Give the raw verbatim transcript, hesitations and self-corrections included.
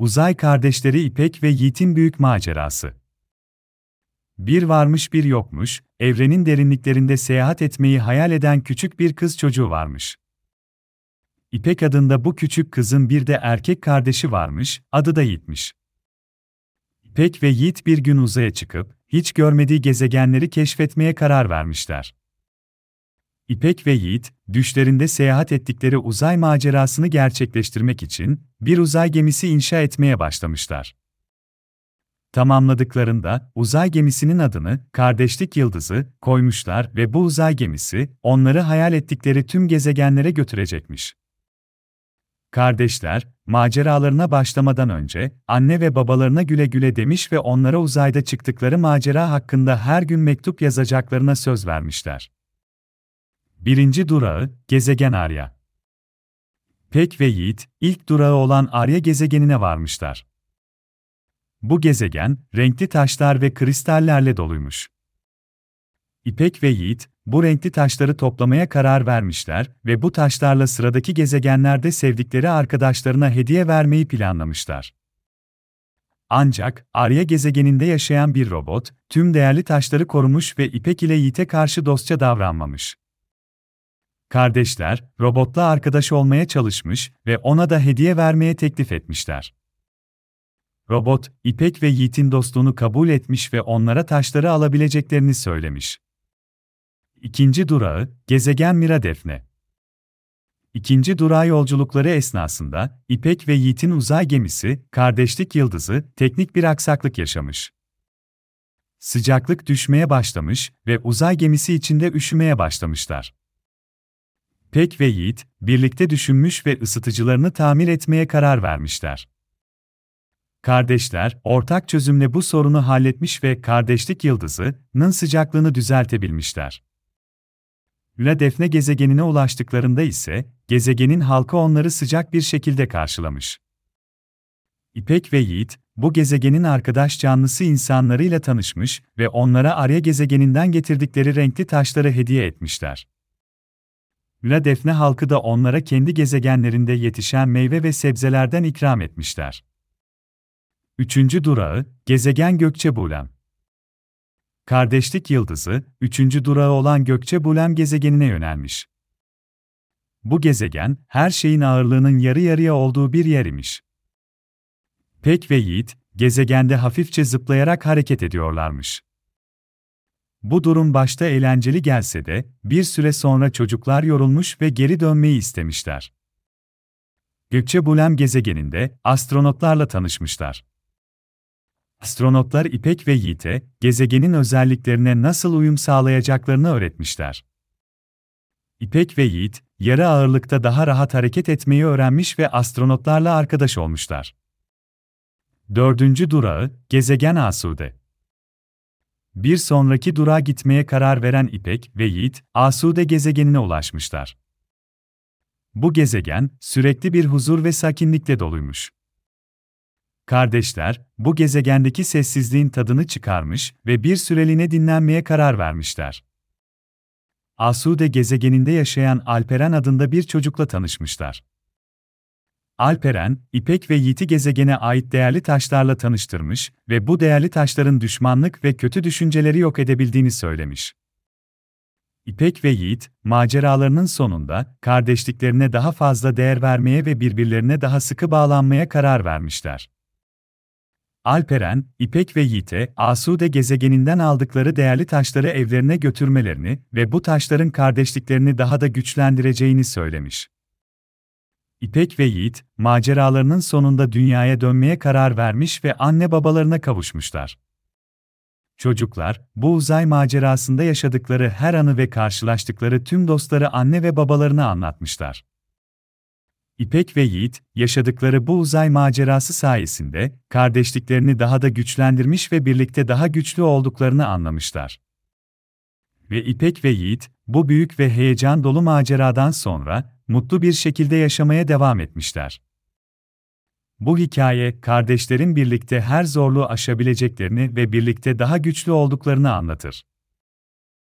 Uzay kardeşleri İpek ve Yiğit'in büyük macerası. Bir varmış bir yokmuş, evrenin derinliklerinde seyahat etmeyi hayal eden küçük bir kız çocuğu varmış. İpek adında bu küçük kızın bir de erkek kardeşi varmış, adı da Yiğit'miş. İpek ve Yiğit bir gün uzaya çıkıp, hiç görmediği gezegenleri keşfetmeye karar vermişler. İpek ve Yiğit, düşlerinde seyahat ettikleri uzay macerasını gerçekleştirmek için bir uzay gemisi inşa etmeye başlamışlar. Tamamladıklarında uzay gemisinin adını Kardeşlik Yıldızı koymuşlar ve bu uzay gemisi onları hayal ettikleri tüm gezegenlere götürecekmiş. Kardeşler, maceralarına başlamadan önce anne ve babalarına güle güle demiş ve onlara uzayda çıktıkları macera hakkında her gün mektup yazacaklarına söz vermişler. Birinci durağı, gezegen Arya. İpek ve Yiğit, ilk durağı olan Arya gezegenine varmışlar. Bu gezegen, renkli taşlar ve kristallerle doluymuş. İpek ve Yiğit, bu renkli taşları toplamaya karar vermişler ve bu taşlarla sıradaki gezegenlerde sevdikleri arkadaşlarına hediye vermeyi planlamışlar. Ancak, Arya gezegeninde yaşayan bir robot, tüm değerli taşları korumuş ve İpek ile Yiğit'e karşı dostça davranmamış. Kardeşler, robotla arkadaş olmaya çalışmış ve ona da hediye vermeye teklif etmişler. Robot, İpek ve Yiğit'in dostluğunu kabul etmiş ve onlara taşları alabileceklerini söylemiş. İkinci durağı, gezegen Mira Defne. İkinci durağı yolculukları esnasında, İpek ve Yiğit'in uzay gemisi, Kardeşlik Yıldızı, teknik bir aksaklık yaşamış. Sıcaklık düşmeye başlamış ve uzay gemisi içinde üşümeye başlamışlar. İpek ve Yiğit, birlikte düşünmüş ve ısıtıcılarını tamir etmeye karar vermişler. Kardeşler, ortak çözümle bu sorunu halletmiş ve Kardeşlik Yıldızı'nın sıcaklığını düzeltebilmişler. Mira Defne gezegenine ulaştıklarında ise, gezegenin halkı onları sıcak bir şekilde karşılamış. İpek ve Yiğit, bu gezegenin arkadaş canlısı insanlarıyla tanışmış ve onlara Arya gezegeninden getirdikleri renkli taşları hediye etmişler. Mira Defne halkı da onlara kendi gezegenlerinde yetişen meyve ve sebzelerden ikram etmişler. Üçüncü durağı, gezegen Gökçebulem. Kardeşlik Yıldızı, üçüncü durağı olan Gökçebulem gezegenine yönelmiş. Bu gezegen, her şeyin ağırlığının yarı yarıya olduğu bir yer imiş. İpek ve Yiğit, gezegende hafifçe zıplayarak hareket ediyorlarmış. Bu durum başta eğlenceli gelse de, bir süre sonra çocuklar yorulmuş ve geri dönmeyi istemişler. Gökçebulem gezegeninde astronotlarla tanışmışlar. Astronotlar İpek ve Yiğit'e, gezegenin özelliklerine nasıl uyum sağlayacaklarını öğretmişler. İpek ve Yiğit, yarı ağırlıkta daha rahat hareket etmeyi öğrenmiş ve astronotlarla arkadaş olmuşlar. Dördüncü durağı, gezegen Asude. Bir sonraki durağa gitmeye karar veren İpek ve Yiğit, Asude gezegenine ulaşmışlar. Bu gezegen, sürekli bir huzur ve sakinlikle doluymuş. Kardeşler, bu gezegendeki sessizliğin tadını çıkarmış ve bir süreliğine dinlenmeye karar vermişler. Asude gezegeninde yaşayan Alperen adında bir çocukla tanışmışlar. Alperen, İpek ve Yiğit'i gezegene ait değerli taşlarla tanıştırmış ve bu değerli taşların düşmanlık ve kötü düşünceleri yok edebildiğini söylemiş. İpek ve Yiğit, maceralarının sonunda kardeşliklerine daha fazla değer vermeye ve birbirlerine daha sıkı bağlanmaya karar vermişler. Alperen, İpek ve Yiğit'e Asude gezegeninden aldıkları değerli taşları evlerine götürmelerini ve bu taşların kardeşliklerini daha da güçlendireceğini söylemiş. İpek ve Yiğit, maceralarının sonunda dünyaya dönmeye karar vermiş ve anne babalarına kavuşmuşlar. Çocuklar, bu uzay macerasında yaşadıkları her anı ve karşılaştıkları tüm dostları anne ve babalarına anlatmışlar. İpek ve Yiğit, yaşadıkları bu uzay macerası sayesinde, kardeşliklerini daha da güçlendirmiş ve birlikte daha güçlü olduklarını anlamışlar. Ve İpek ve Yiğit, bu büyük ve heyecan dolu maceradan sonra, mutlu bir şekilde yaşamaya devam etmişler. Bu hikaye, kardeşlerin birlikte her zorluğu aşabileceklerini ve birlikte daha güçlü olduklarını anlatır.